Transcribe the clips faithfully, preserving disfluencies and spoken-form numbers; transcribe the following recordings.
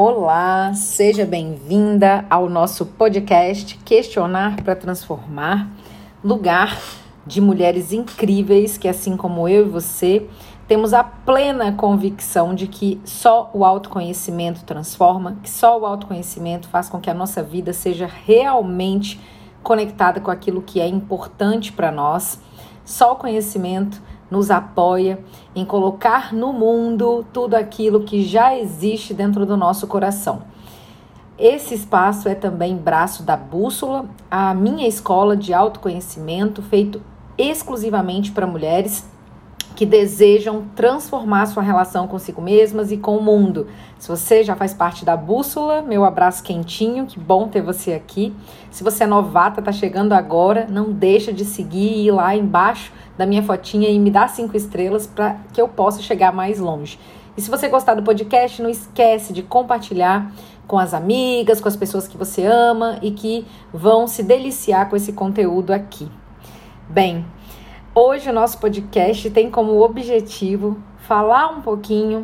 Olá, seja bem-vinda ao nosso podcast Questionar para Transformar, lugar de mulheres incríveis que, assim como eu e você, temos a plena convicção de que só o autoconhecimento transforma, que só o autoconhecimento faz com que a nossa vida seja realmente conectada com aquilo que é importante para nós. Só o conhecimento nos apoia em colocar no mundo tudo aquilo que já existe dentro do nosso coração. Esse espaço é também braço da Bússola, a minha escola de autoconhecimento feito exclusivamente para mulheres que desejam transformar sua relação consigo mesmas e com o mundo. Se você já faz parte da Bússola, meu abraço quentinho, que bom ter você aqui. Se você é novata, tá chegando agora, não deixa de seguir e ir lá embaixo da minha fotinha e me dar cinco estrelas para que eu possa chegar mais longe. E se você gostar do podcast, não esquece de compartilhar com as amigas, com as pessoas que você ama e que vão se deliciar com esse conteúdo aqui. Bem, hoje o nosso podcast tem como objetivo falar um pouquinho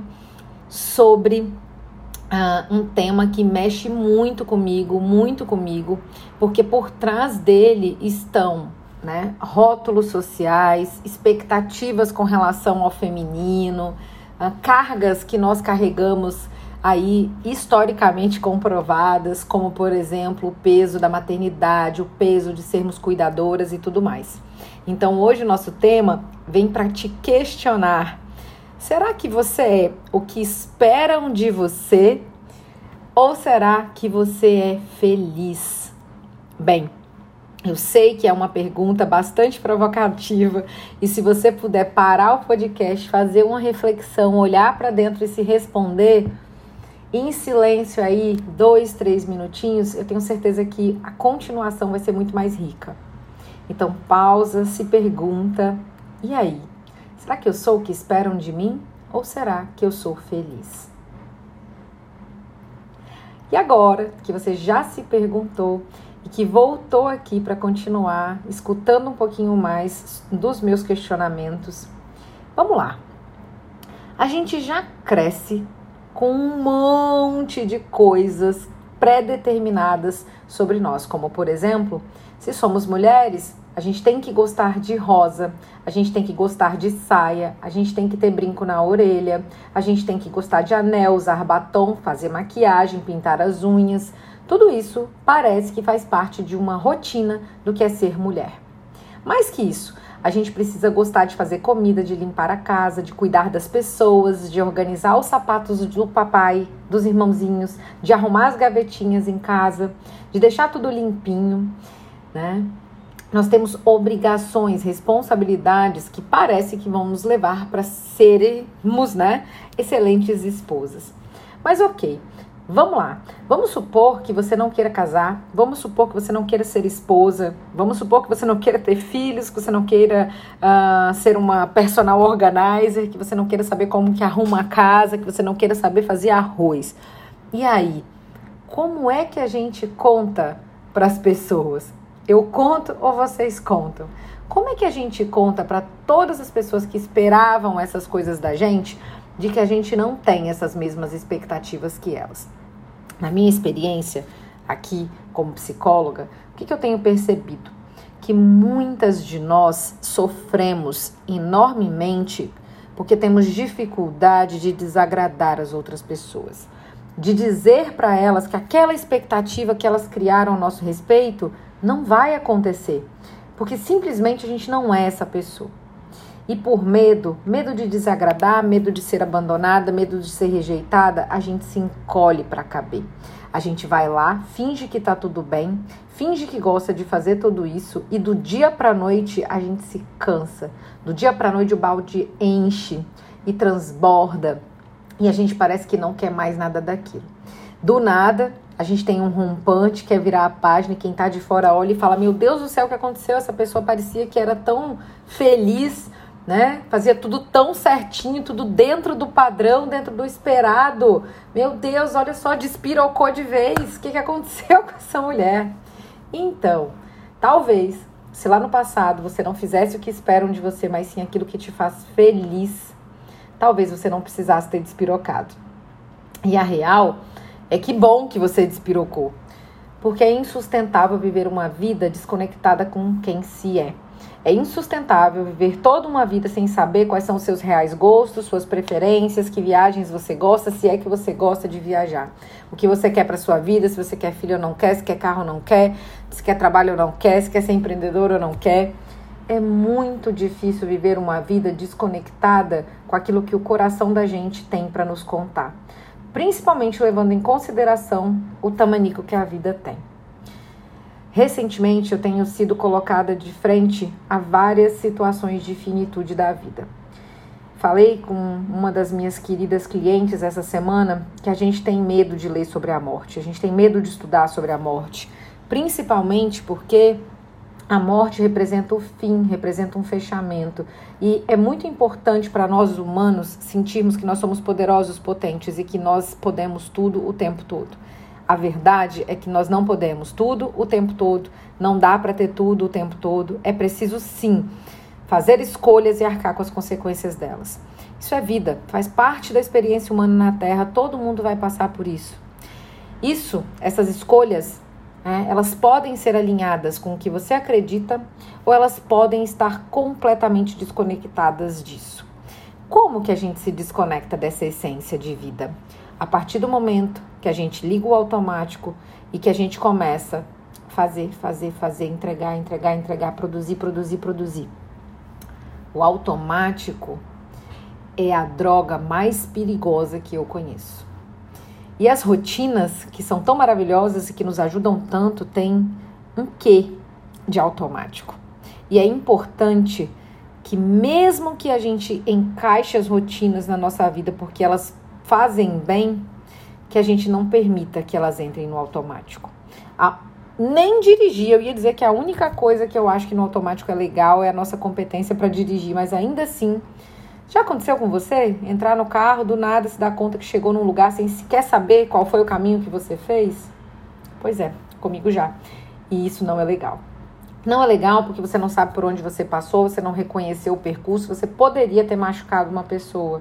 sobre uh, um tema que mexe muito comigo, muito comigo, porque por trás dele estão, né, rótulos sociais, expectativas com relação ao feminino, uh, cargas que nós carregamos aí historicamente comprovadas, como por exemplo o peso da maternidade, o peso de sermos cuidadoras e tudo mais. Então hoje o nosso tema vem para te questionar. Será que você é o que esperam de você? Ou será que você é feliz? Bem, eu sei que é uma pergunta bastante provocativa e se você puder parar o podcast, fazer uma reflexão, olhar para dentro e se responder em silêncio aí, dois, três minutinhos, eu tenho certeza que a continuação vai ser muito mais rica. Então pausa, se pergunta, e aí? Será que eu sou o que esperam de mim? Ou será que eu sou feliz? E agora que você já se perguntou e que voltou aqui para continuar escutando um pouquinho mais dos meus questionamentos, vamos lá. A gente já cresce com um monte de coisas pré-determinadas sobre nós, como por exemplo, se somos mulheres, a gente tem que gostar de rosa, a gente tem que gostar de saia, a gente tem que ter brinco na orelha, a gente tem que gostar de anel, usar batom, fazer maquiagem, pintar as unhas. Tudo isso parece que faz parte de uma rotina do que é ser mulher. Mais que isso, a gente precisa gostar de fazer comida, de limpar a casa, de cuidar das pessoas, de organizar os sapatos do papai, dos irmãozinhos, de arrumar as gavetinhas em casa, de deixar tudo limpinho, né? Nós temos obrigações, responsabilidades que parece que vão nos levar para sermos, né, excelentes esposas. Mas ok, vamos lá. Vamos supor que você não queira casar, vamos supor que você não queira ser esposa, vamos supor que você não queira ter filhos, que você não queira uh, ser uma personal organizer, que você não queira saber como que arruma a casa, que você não queira saber fazer arroz. E aí, como é que a gente conta para as pessoas? Eu conto ou vocês contam? Como é que a gente conta para todas as pessoas que esperavam essas coisas da gente, de que a gente não tem essas mesmas expectativas que elas? Na minha experiência aqui como psicóloga, o que, que eu tenho percebido? Que muitas de nós sofremos enormemente porque temos dificuldade de desagradar as outras pessoas. De dizer para elas que aquela expectativa que elas criaram a nosso respeito não vai acontecer, porque simplesmente a gente não é essa pessoa. E por medo, medo de desagradar, medo de ser abandonada, medo de ser rejeitada, a gente se encolhe para caber. A gente vai lá, finge que tá tudo bem, finge que gosta de fazer tudo isso e do dia para noite a gente se cansa. Do dia para noite o balde enche e transborda e a gente parece que não quer mais nada daquilo. Do nada, a gente tem um rompante, quer virar a página e quem tá de fora olha e fala: meu Deus do céu, o que aconteceu? Essa pessoa parecia que era tão feliz, né? Fazia tudo tão certinho, tudo dentro do padrão, dentro do esperado. Meu Deus, olha só, despirocou de vez. O que, que aconteceu com essa mulher? Então, talvez, se lá no passado você não fizesse o que esperam de você, mas sim aquilo que te faz feliz, talvez você não precisasse ter despirocado. E a real É que bom que você despirocou. Porque é insustentável viver uma vida desconectada com quem se é. É insustentável viver toda uma vida sem saber quais são os seus reais gostos, suas preferências, que viagens você gosta, se é que você gosta de viajar. O que você quer para sua vida, se você quer filho ou não quer, se quer carro ou não quer, se quer trabalho ou não quer, se quer ser empreendedor ou não quer. É muito difícil viver uma vida desconectada com aquilo que o coração da gente tem para nos contar. Principalmente levando em consideração o tamanico que a vida tem. Recentemente eu tenho sido colocada de frente a várias situações de finitude da vida. Falei com uma das minhas queridas clientes essa semana que a gente tem medo de ler sobre a morte, a gente tem medo de estudar sobre a morte, principalmente porque a morte representa o fim, representa um fechamento. E é muito importante para nós humanos sentirmos que nós somos poderosos, potentes e que nós podemos tudo o tempo todo. A verdade é que nós não podemos tudo o tempo todo, não dá para ter tudo o tempo todo. É preciso sim fazer escolhas e arcar com as consequências delas. Isso é vida, faz parte da experiência humana na Terra, todo mundo vai passar por isso. Isso, essas escolhas, né, elas podem ser alinhadas com o que você acredita ou elas podem estar completamente desconectadas disso. Como que a gente se desconecta dessa essência de vida? A partir do momento que a gente liga o automático e que a gente começa a fazer, fazer, fazer, entregar, entregar, entregar, produzir, produzir, produzir. O automático é a droga mais perigosa que eu conheço. E as rotinas, que são tão maravilhosas e que nos ajudam tanto, têm um quê de automático. E é importante que mesmo que a gente encaixe as rotinas na nossa vida porque elas fazem bem, que a gente não permita que elas entrem no automático. A, nem dirigir, eu ia dizer que a única coisa que eu acho que no automático é legal é a nossa competência para dirigir, mas ainda assim, já aconteceu com você? Entrar no carro, do nada se dá conta que chegou num lugar sem sequer saber qual foi o caminho que você fez? Pois é, comigo já. E isso não é legal. Não é legal porque você não sabe por onde você passou, você não reconheceu o percurso, você poderia ter machucado uma pessoa.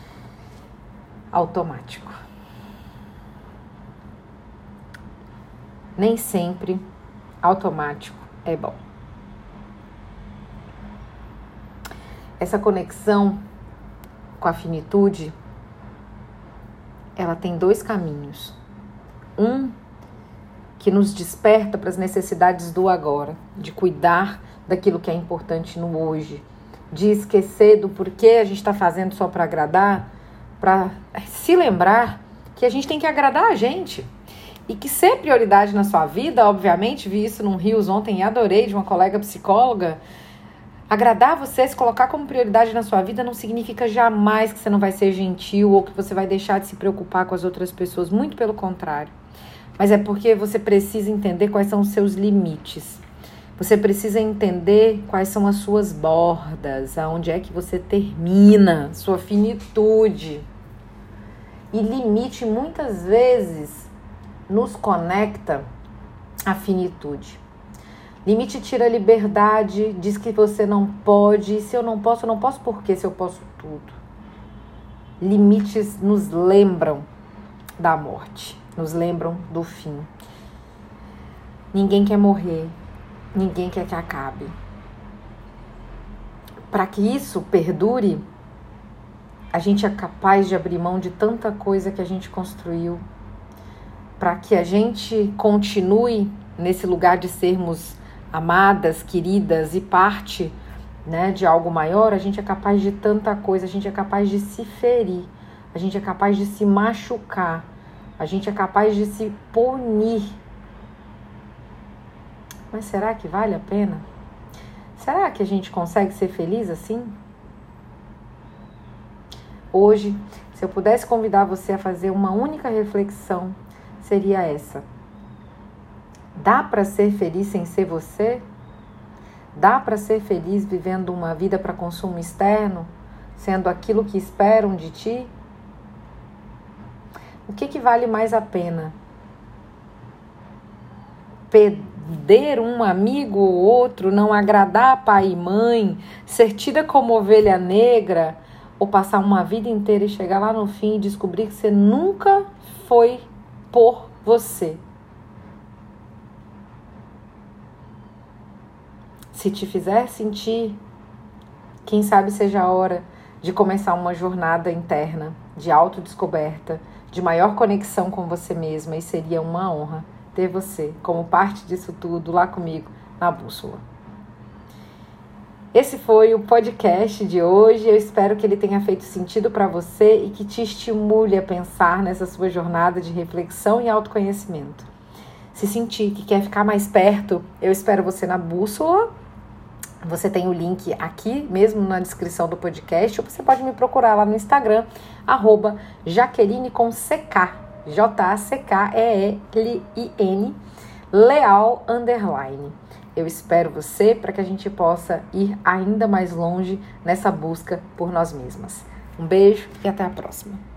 Automático. Nem sempre automático é bom. Essa conexão com a finitude, ela tem dois caminhos. Um que nos desperta para as necessidades do agora, de cuidar daquilo que é importante no hoje, de esquecer do porquê a gente está fazendo só para agradar, para se lembrar que a gente tem que agradar a gente. E que ser prioridade na sua vida, obviamente, vi isso num Rios ontem e adorei, de uma colega psicóloga, agradar você, se colocar como prioridade na sua vida não significa jamais que você não vai ser gentil ou que você vai deixar de se preocupar com as outras pessoas, muito pelo contrário. Mas é porque você precisa entender quais são os seus limites. Você precisa entender quais são as suas bordas, aonde é que você termina, sua finitude. E limite muitas vezes nos conecta à finitude. Limite tira a liberdade, diz que você não pode. E se eu não posso, eu não posso por quê se eu posso tudo? Limites nos lembram da morte, nos lembram do fim. Ninguém quer morrer, ninguém quer que acabe. Para que isso perdure, a gente é capaz de abrir mão de tanta coisa que a gente construiu. Para que a gente continue nesse lugar de sermos amadas, queridas e parte, né, de algo maior, a gente é capaz de tanta coisa, a gente é capaz de se ferir, a gente é capaz de se machucar, a gente é capaz de se punir. Mas será que vale a pena? Será que a gente consegue ser feliz assim? Hoje, se eu pudesse convidar você a fazer uma única reflexão, seria essa. Dá para ser feliz sem ser você? Dá para ser feliz vivendo uma vida para consumo externo, sendo aquilo que esperam de ti? O que, que vale mais a pena? Perder um amigo ou outro, não agradar pai e mãe, ser tida como ovelha negra, ou passar uma vida inteira e chegar lá no fim e descobrir que você nunca foi por você. Se te fizer sentir, quem sabe seja a hora de começar uma jornada interna de autodescoberta, de maior conexão com você mesma, e seria uma honra ter você como parte disso tudo lá comigo na Bússola. Esse foi o podcast de hoje. Eu espero que ele tenha feito sentido para você e que te estimule a pensar nessa sua jornada de reflexão e autoconhecimento. Se sentir que quer ficar mais perto, eu espero você na Bússola. Você tem o link aqui mesmo na descrição do podcast, ou você pode me procurar lá no Instagram, arroba Jaqueline com C K, J A C K E L I N, Leal underline. Eu espero você para que a gente possa ir ainda mais longe nessa busca por nós mesmas. Um beijo e até a próxima.